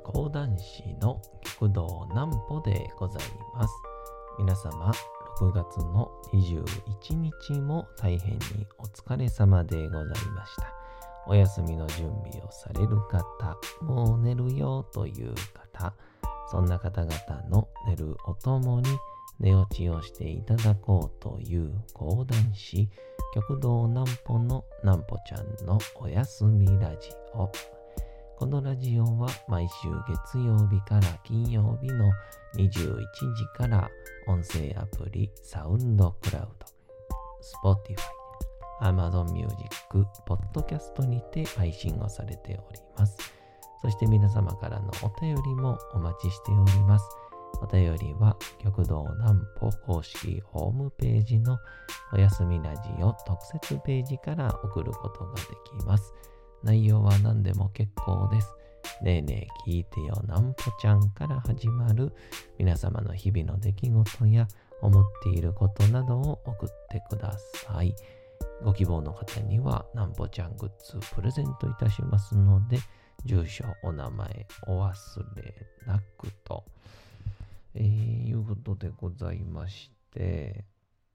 講談師の極道南歩でございます。皆様、6月の21日も大変にお疲れ様でございました。お休みの準備をされる方、もう寝るよという方、そんな方々の寝るおともに寝落ちをしていただこうという講談師、極道南歩の南歩ちゃんのおやすみラジオ。このラジオは毎週月曜日から金曜日の21時から音声アプリサウンドクラウド、Spotify、Amazon Music、ポッドキャストにて配信をされております。そして皆様からのお便りもお待ちしております。お便りは極道南歩公式ホームページのおやすみラジオ特設ページから送ることができます。内容は何でも結構です。ねえねえ聞いてよ南歩ちゃんから始まる皆様の日々の出来事や思っていることなどを送ってください。ご希望の方には南歩ちゃんグッズプレゼントいたしますので、住所、お名前お忘れなくと、いうことでございまして、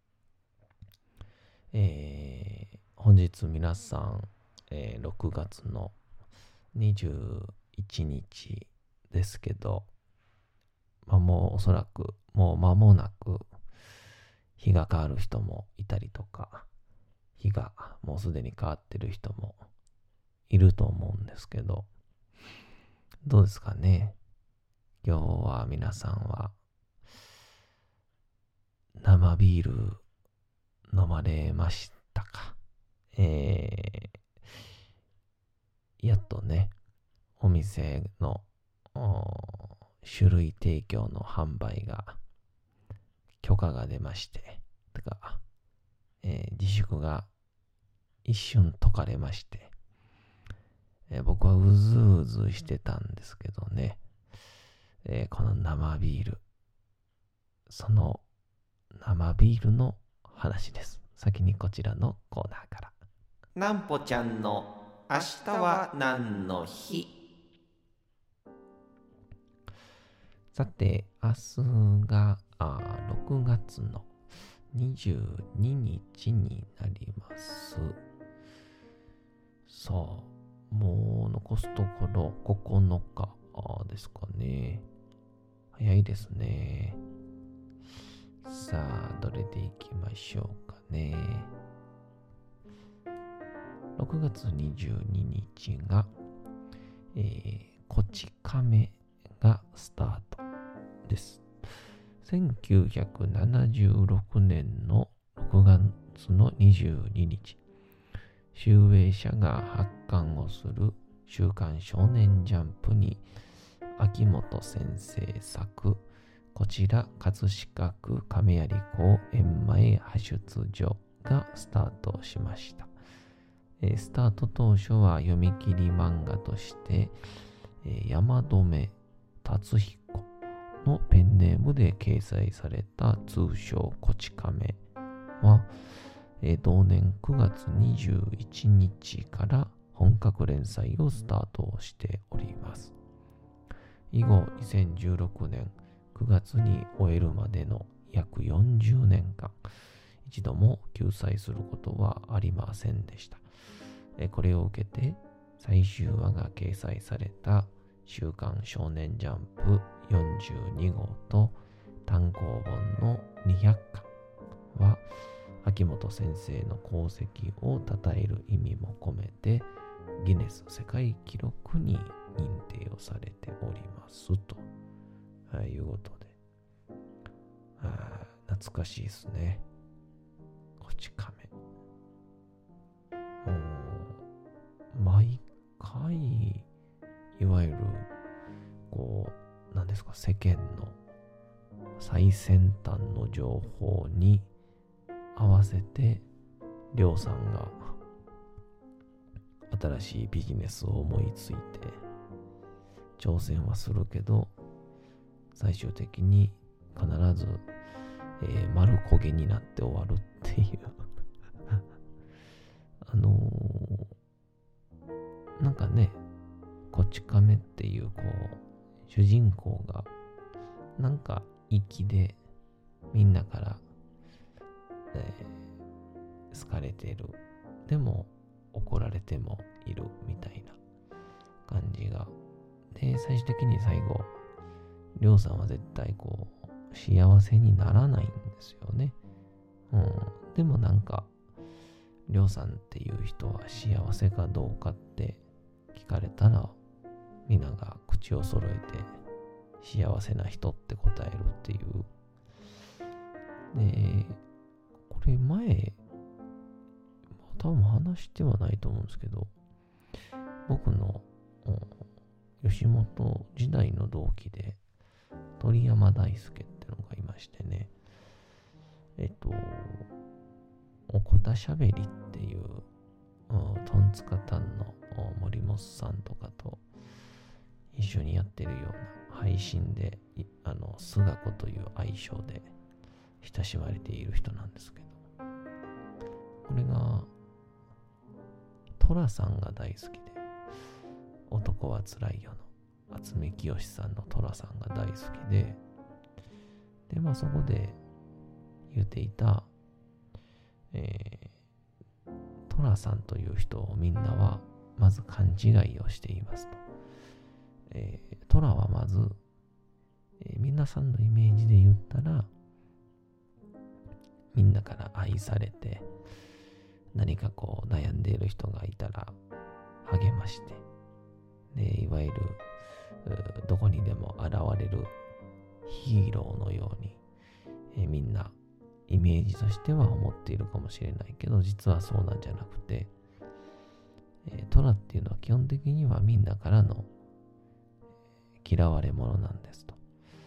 本日皆さん、6月の21日ですけど、もうおそらくもう間もなく日が変わる人もいたりとか、日がもうすでに変わってる人もいると思うんですけど、どうですかね。今日は皆さんは生ビール飲まれましたか？やっとね、お店の酒類提供の販売が許可が出まして、自粛が一瞬解かれまして、僕はうずうずしてたんですけどね、この生ビール、その生ビールの話です。先にこちらのコーナーから。南歩ちゃんの明日は何の日。さて、明日が6月の22日になります。さあ、もう残すところ9日ですかね。早いですね。さあ、どれでいきましょうかね。6月22日が、こち亀がスタートです。1976年の6月の22日、集英社が発刊をする週刊少年ジャンプに秋元先生作、こちら葛飾区亀有公園前派出所がスタートしました。スタート当初は読み切り漫画として、山留達彦のペンネームで掲載された通称こち亀は、同年9月21日から本格連載をスタートしております。以後2016年9月に終えるまでの約40年間、一度も休載することはありませんでした。これを受けて最終話が掲載された週刊少年ジャンプ42号と単行本の200巻は秋元先生の功績を称える意味も込めてギネス世界記録に認定をされておりますということで、懐かしいですね。こち亀。毎回いわゆる何ですか、世間の最先端の情報に合わせてりょうさんが新しいビジネスを思いついて挑戦はするけど、最終的に必ず、丸焦げになって終わるっていうなんかね、こち亀っていう主人公がなんか粋でみんなから、好かれている。でも怒られてもいるみたいな感じが。で、最終的に最後、りょうさんは絶対こう幸せにならないんですよね。でもなんか、りょうさんっていう人は幸せかどうかって聞かれたら、みんなが口を揃えて幸せな人って答えるっていう。で、これ前、多分話してはないと思うんですけど、僕の吉本時代の同期で鳥山大輔ってのがいましてね、おこたしゃべりっていう、トンツカタンの森本さんとかと一緒にやってるような配信で、菅子という愛称で親しまれている人なんですけど、これが寅さんが大好きで、男はつらいよの渥美清さんの寅さんが大好きで、で、そこで言っていた、寅さんという人をみんなはまず勘違いをしていますと。寅はまず、皆さんのイメージで言ったら、みんなから愛されて、何かこう悩んでいる人がいたら励まして、で、いわゆるどこにでも現れるヒーローのように、みんなイメージとしては思っているかもしれないけど、実はそうなんじゃなくて、寅っていうのは基本的にはみんなからの嫌われ者なんですと。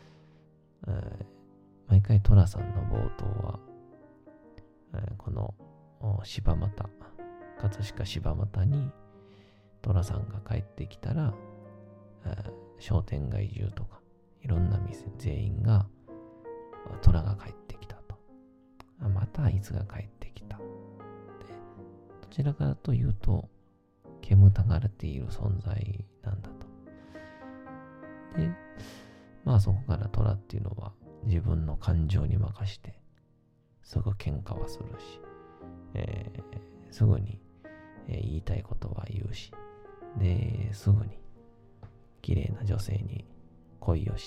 毎回寅さんの冒頭は、この柴又、葛飾柴又に寅さんが帰ってきたら、商店街中とかいろんな店全員が寅が帰ってきたと。またあいつが帰ってきた。で、どちらかというと煙たがれている存在なんだと。で、そこから寅っていうのは自分の感情に任してすぐ喧嘩はするし、すぐに、言いたいことは言うし、で、すぐに綺麗な女性に恋をして、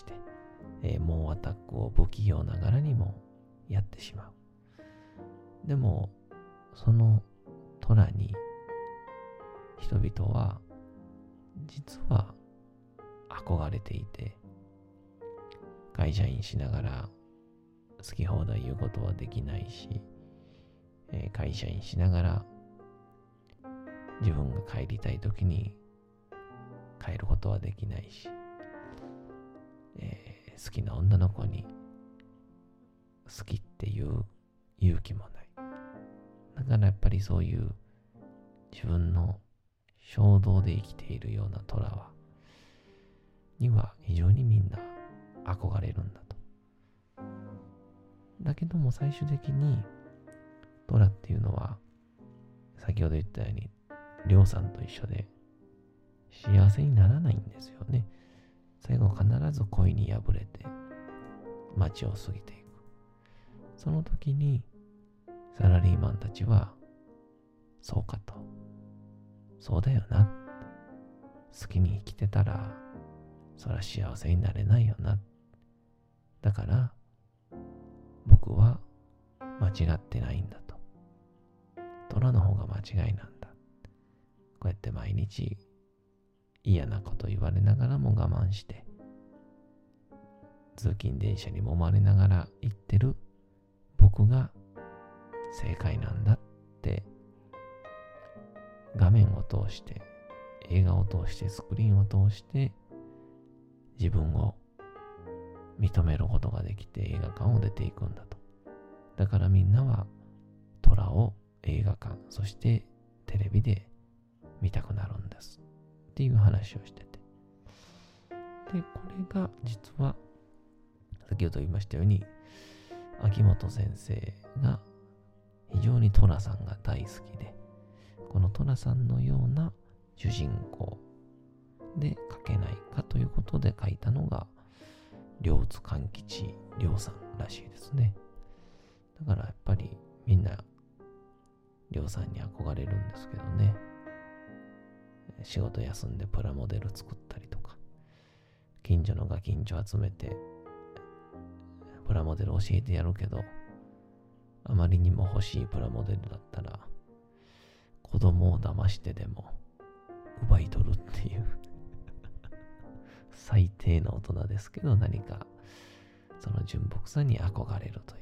猛アタックを不器用ながらにもやってしまう。でも、その寅に人々は実は憧れていて、会社員しながら好き放題言うことはできないし、会社員しながら自分が帰りたい時に帰ることはできないし、好きな女の子に好きっていう勇気もない。だからやっぱりそういう自分の衝動で生きているような寅には非常にみんな憧れるんだと。だけども最終的に寅っていうのは先ほど言ったようにりょうさんと一緒で幸せにならないんですよね。最後必ず恋に破れて街を過ぎていく。その時にサラリーマンたちはそうかと、そうだよな、好きに生きてたらそりゃ幸せになれないよな、だから僕は間違ってないんだと、寅の方が間違いなんだ、こうやって毎日嫌なこと言われながらも我慢して通勤電車に揉まれながら行ってる僕が正解なんだって画面を通して映画を通してスクリーンを通して自分を認めることができて映画館を出ていくんだと。だからみんなは寅を映画館そしてテレビで見たくなるんですっていう話をしてて、でこれが実は先ほど言いましたように秋元先生が非常に寅さんが大好きで、この寅さんのような主人公で書けないかということで書いたのが両津勘吉亮さんらしいですね。だからやっぱりみんな亮さんに憧れるんですけどね。仕事休んでプラモデル作ったりとか、近所のガキンチョ集めてプラモデル教えてやるけど、あまりにも欲しいプラモデルだったら子供を騙してでも奪い取るっていう最低な大人ですけど、何かその純朴さに憧れるという、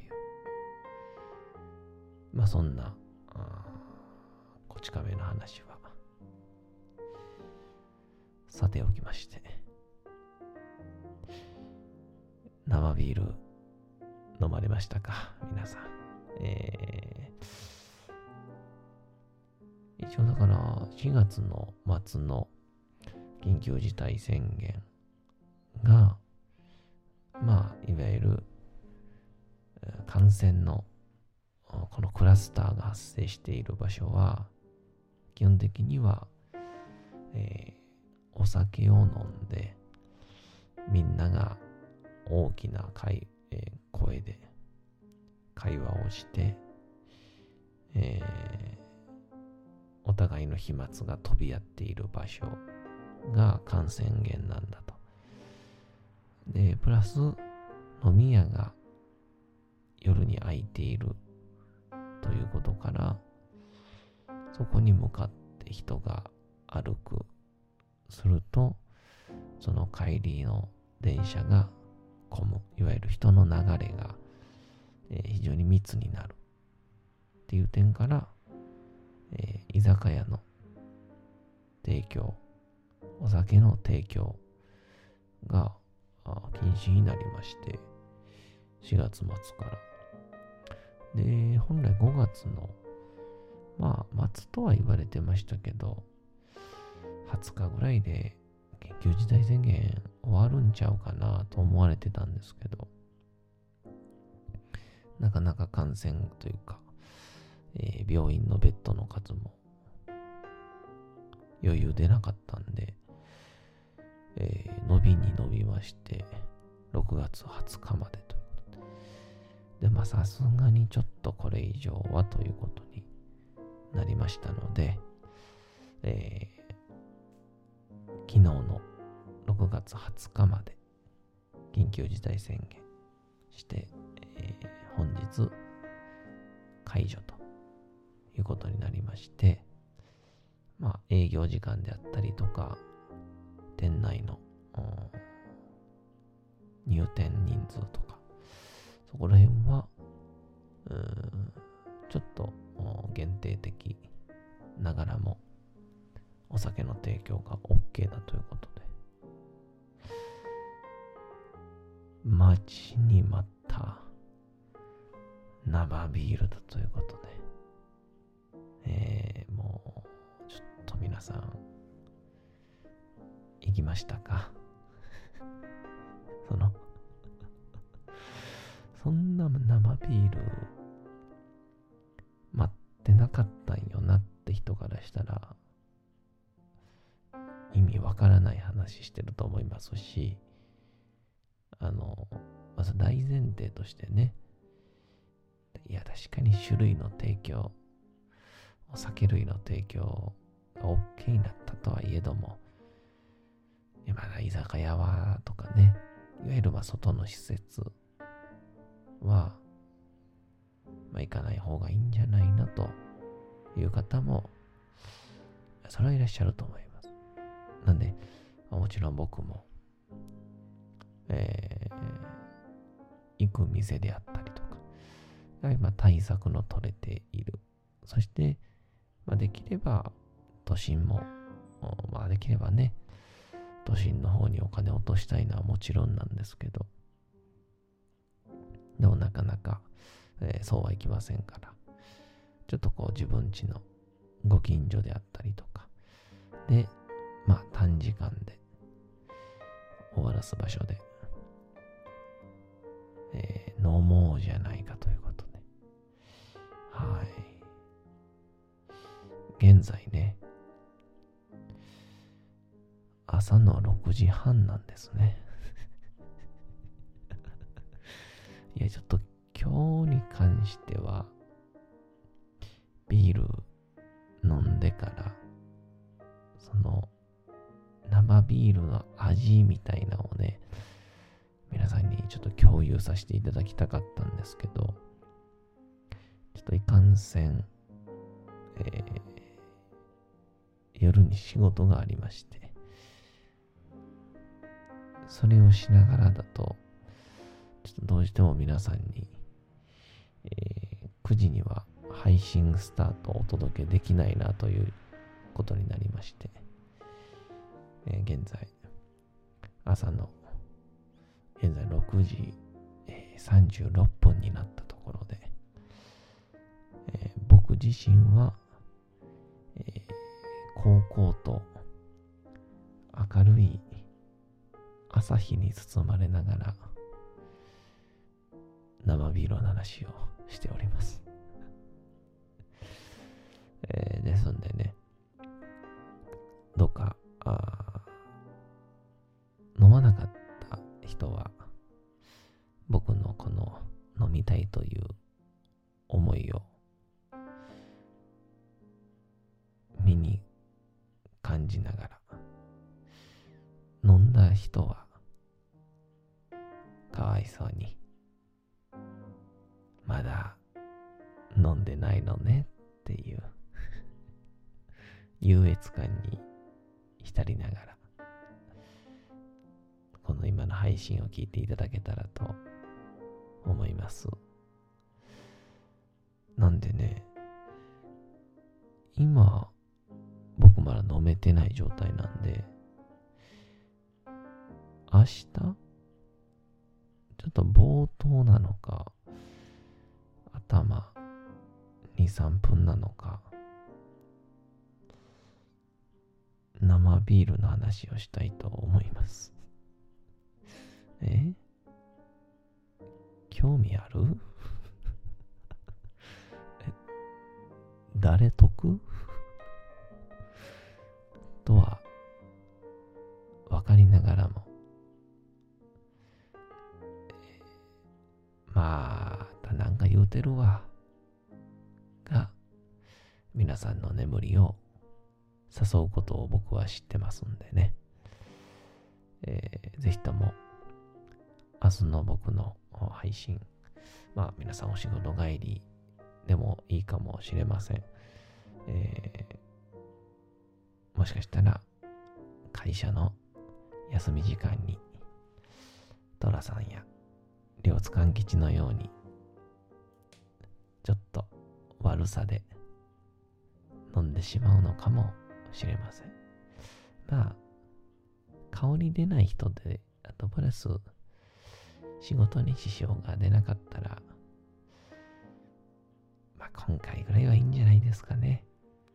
そんなこち亀の話はさておきまして、生ビール飲まれましたか皆さん。一応だから4月の末の緊急事態宣言がいわゆる感染のこのクラスターが発生している場所は基本的には、お酒を飲んでみんなが大きな声で会話をして、お互いの飛沫が飛び合っている場所が感染源なんだと。で、プラス飲み屋が夜に開いているということから、そこに向かって人が歩くすると、その帰りの電車が混む、いわゆる人の流れが、非常に密になるっていう点から、居酒屋の提供、お酒の提供が禁止になりまして、4月末から。で、本来5月の末とは言われてましたけど、20日ぐらいで緊急事態宣言終わるんちゃうかなと思われてたんですけど、なかなか感染というか、病院のベッドの数も余裕出なかったんで、伸びに伸びまして、6月20日までということで、さすがにちょっとこれ以上はということになりましたので、昨日の6月20日まで緊急事態宣言して、本日解除ということになりまして、営業時間であったりとか、店内の入店人数とか、そこら辺はちょっと限定的ながらもお酒の提供が OK だということで、待ちに待った生ビールだということで、もうちょっと皆さん行きましたかそんな生ビール待ってなかったんよなって人からしたら意味わからない話してると思いますし、まず大前提としてね、いや確かに酒類の提供、お酒類の提供が OK になったとはいえども、まだ居酒屋はとかね、いわゆる外の施設は行かない方がいいんじゃないなという方もそれはいらっしゃると思います。なんで、もちろん僕も、行く店であったりとか、対策の取れている。そして、できれば都心も、できればね、都心の方にお金を落としたいのはもちろんなんですけど、でもなかなか、そうはいきませんから、ちょっと自分家のご近所であったりとかで、短時間で終わらす場所で、飲もうじゃないかということで、現在ね、 朝の6時半なんですね。いや、ちょっと今日に関しては、ビール飲んでから、その生ビールの味みたいなのをね、皆さんにちょっと共有させていただきたかったんですけど、ちょっといかんせん、夜に仕事がありまして、それをしながらだと、ちょっとどうしても皆さんに、9時には配信スタートをお届けできないなということになりまして、現在6時、36分になったところで、僕自身は、高校と明るい朝日に包まれながら生ビールの話をしております。ですんでね、どうか飲まなかった人は僕のこの飲みたいという思いを身に感じながら、飲んだ人はかわいそうにまだ飲んでないのねっていう優越感に浸りながら、この今の配信を聞いていただけたらと思います。なんでね、今僕まだ飲めてない状態なんで、明日ちょっと冒頭なのか頭 2,3 分なのか生ビールの話をしたいと思います。興味ある？誰得とは分かりながらも、またなんか言うてるわが皆さんの眠りを誘うことを僕は知ってますんでね、ぜひとも明日の僕の配信、皆さんお仕事帰りでもいいかもしれません。もしかしたら会社の休み時間にトラさんや両津勘吉のようにちょっと悪さで飲んでしまうのかもしれません。香り出ない人で、あとプラス仕事に支障が出なかったら、今回ぐらいはいいんじゃないですかね。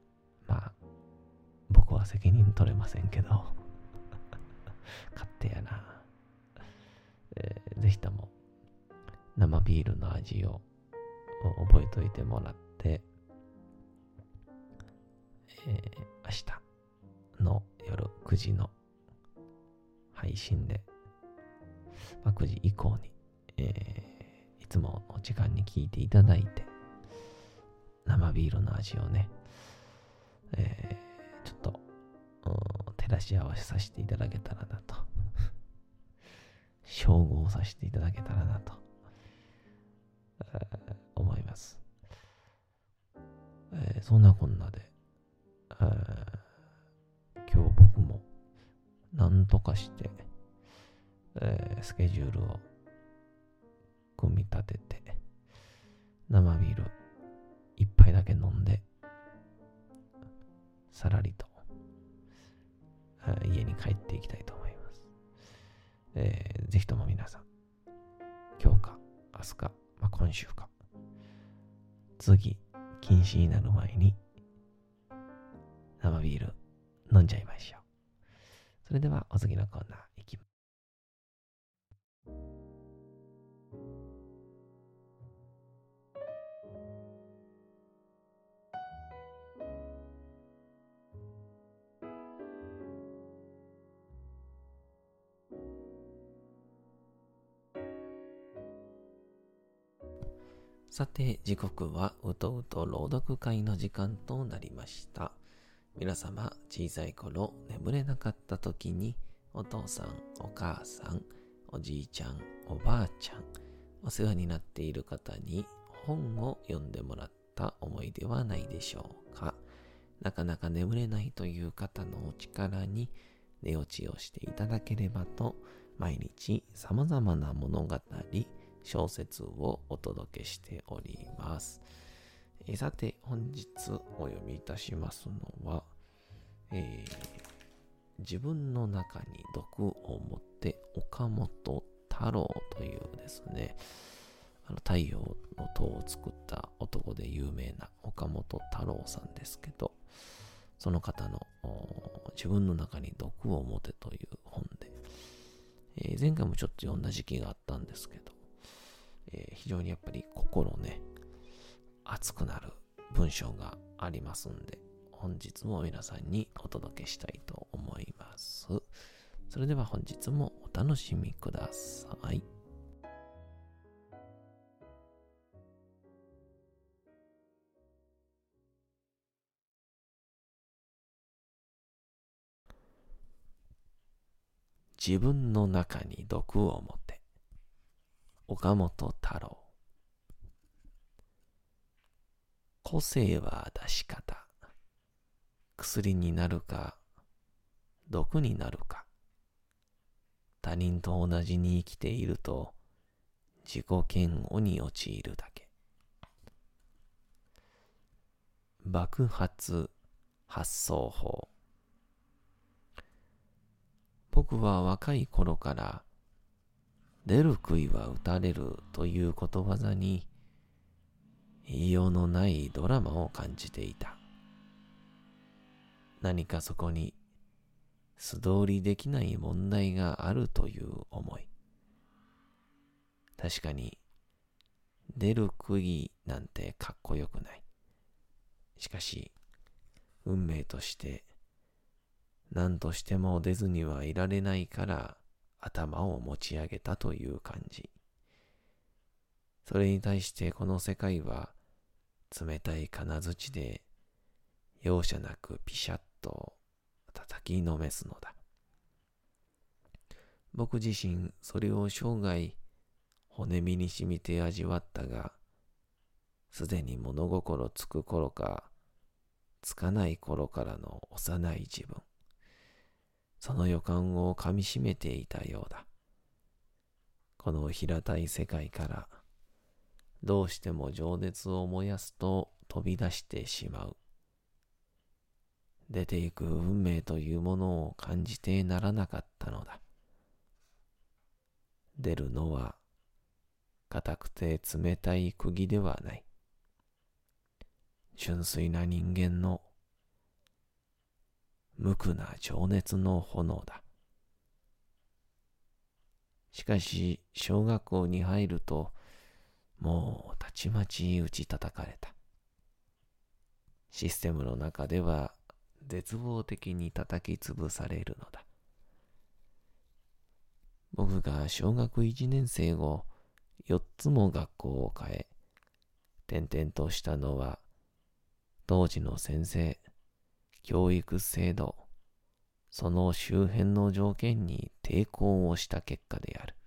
僕は責任取れませんけど勝手やな。ぜひとも生ビールの味を覚えといてもらって、明日の夜9時の配信で、9時以降に、いつもの時間に聞いていただいて、生ビールの味をね、ちょっと照らし合わせさせていただけたらなと照合させていただけたらなと、思います。そんなこんなで、今日僕も何とかして、スケジュールを組み立てて生ビール一杯だけ飲んでさらりと家に帰っていきたいと思います。ぜひとも皆さん、今日か明日か、今週か次禁止になる前に生ビール飲んじゃいましょう。それではお次のコーナーいきます。 さて、時刻はうとうと朗読会の時間となりました。皆様、小さい頃眠れなかった時に、お父さん、お母さん、おじいちゃん、おばあちゃん、お世話になっている方に本を読んでもらった思い出はないでしょうか。なかなか眠れないという方のお力に寝落ちをしていただければと、毎日様々な物語、小説をお届けしております。さて、本日お読みいたしますのは、自分の中に毒を持って岡本太郎というですね、太陽の塔を作った男で有名な岡本太郎さんですけど、その方の自分の中に毒を持てという本で、前回もちょっと読んだ時期があったんですけど、非常にやっぱり心ね、熱くなる文章がありますんで、本日も皆さんにお届けしたいと思います。それでは本日もお楽しみください。自分の中に毒を持て。岡本太郎。個性は出し方。薬になるか、毒になるか。他人と同じに生きていると、自己嫌悪に陥るだけ。爆発発想法。僕は若い頃から出る杭は打たれるということわざに言いようのないドラマを感じていた。何かそこに素通りできない問題があるという思い。確かに出る杭なんてかっこよくない。しかし運命として何としても出ずにはいられないから頭を持ち上げたという感じ。それに対してこの世界は冷たい金槌で容赦なくピシャッと叩きのめすのだ。僕自身それを生涯骨身に染みて味わったが、すでに物心つく頃かつかない頃からの幼い自分、その予感をかみしめていたようだ。この平たい世界からどうしても情熱を燃やすと飛び出してしまう。出ていく運命というものを感じてならなかったのだ。出るのは硬くて冷たい釘ではない。純粋な人間の無垢な情熱の炎だ。しかし小学校に入るともうたちまち打ち叩かれた。システムの中では絶望的に叩き潰されるのだ。僕が小学1年生後、4つも学校を変え、転々としたのは、当時の先生、教育制度、その周辺の条件に抵抗をした結果である。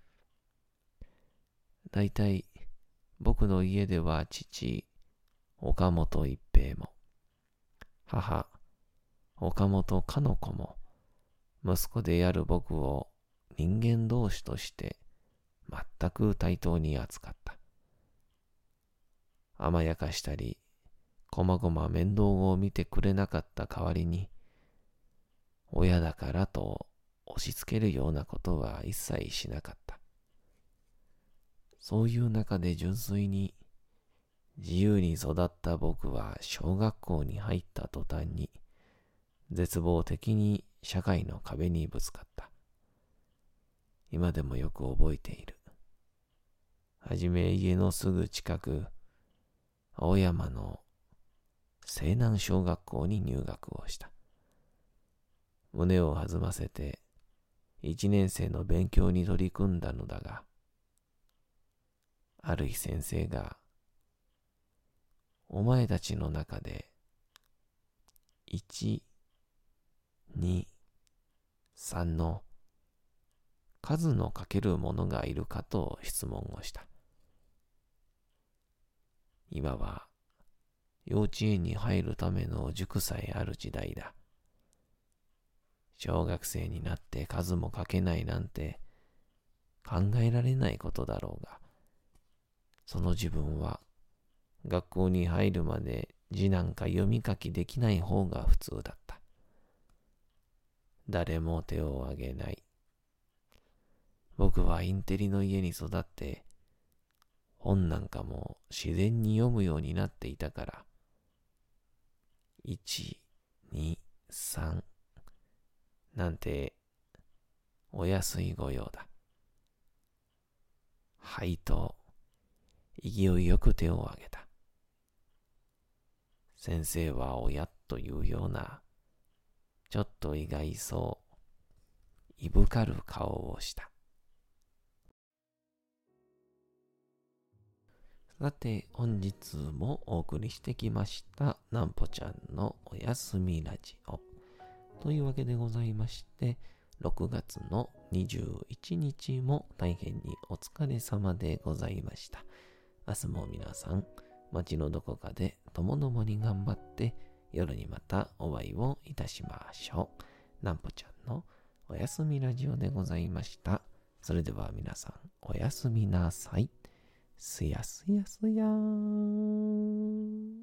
だいたい僕の家では父、岡本一平も、母、岡本かの子も、息子である僕を人間同士として全く対等に扱った。甘やかしたり、こまごま面倒を見てくれなかった代わりに、親だからと押し付けるようなことは一切しなかった。そういう中で純粋に自由に育った僕は小学校に入った途端に絶望的に社会の壁にぶつかった。今でもよく覚えている。はじめ家のすぐ近く、青山の西南小学校に入学をした。胸を弾ませて一年生の勉強に取り組んだのだが、ある日先生がお前たちの中で1、2、3の数の書ける者がいるかと質問をした。今は幼稚園に入るための塾さえある時代だ。小学生になって数も書けないなんて考えられないことだろうが、その自分は学校に入るまで字なんか読み書きできない方が普通だった。誰も手を挙げない。僕はインテリの家に育って、本なんかも自然に読むようになっていたから、1、2、3なんてお安い御用だ。はいと勢いよく手を挙げた。先生はおやというような、ちょっと意外そう、いぶかる顔をした。さて、本日もお送りしてきました、なんぽちゃんのおやすみラジオ。というわけでございまして、6月の21日も大変にお疲れ様でございました。明日も皆さん、街のどこかでともどもに頑張って、夜にまたお会いをいたしましょう。なんぽちゃんのおやすみラジオでございました。それでは皆さん、おやすみなさい。すやすやすやーん。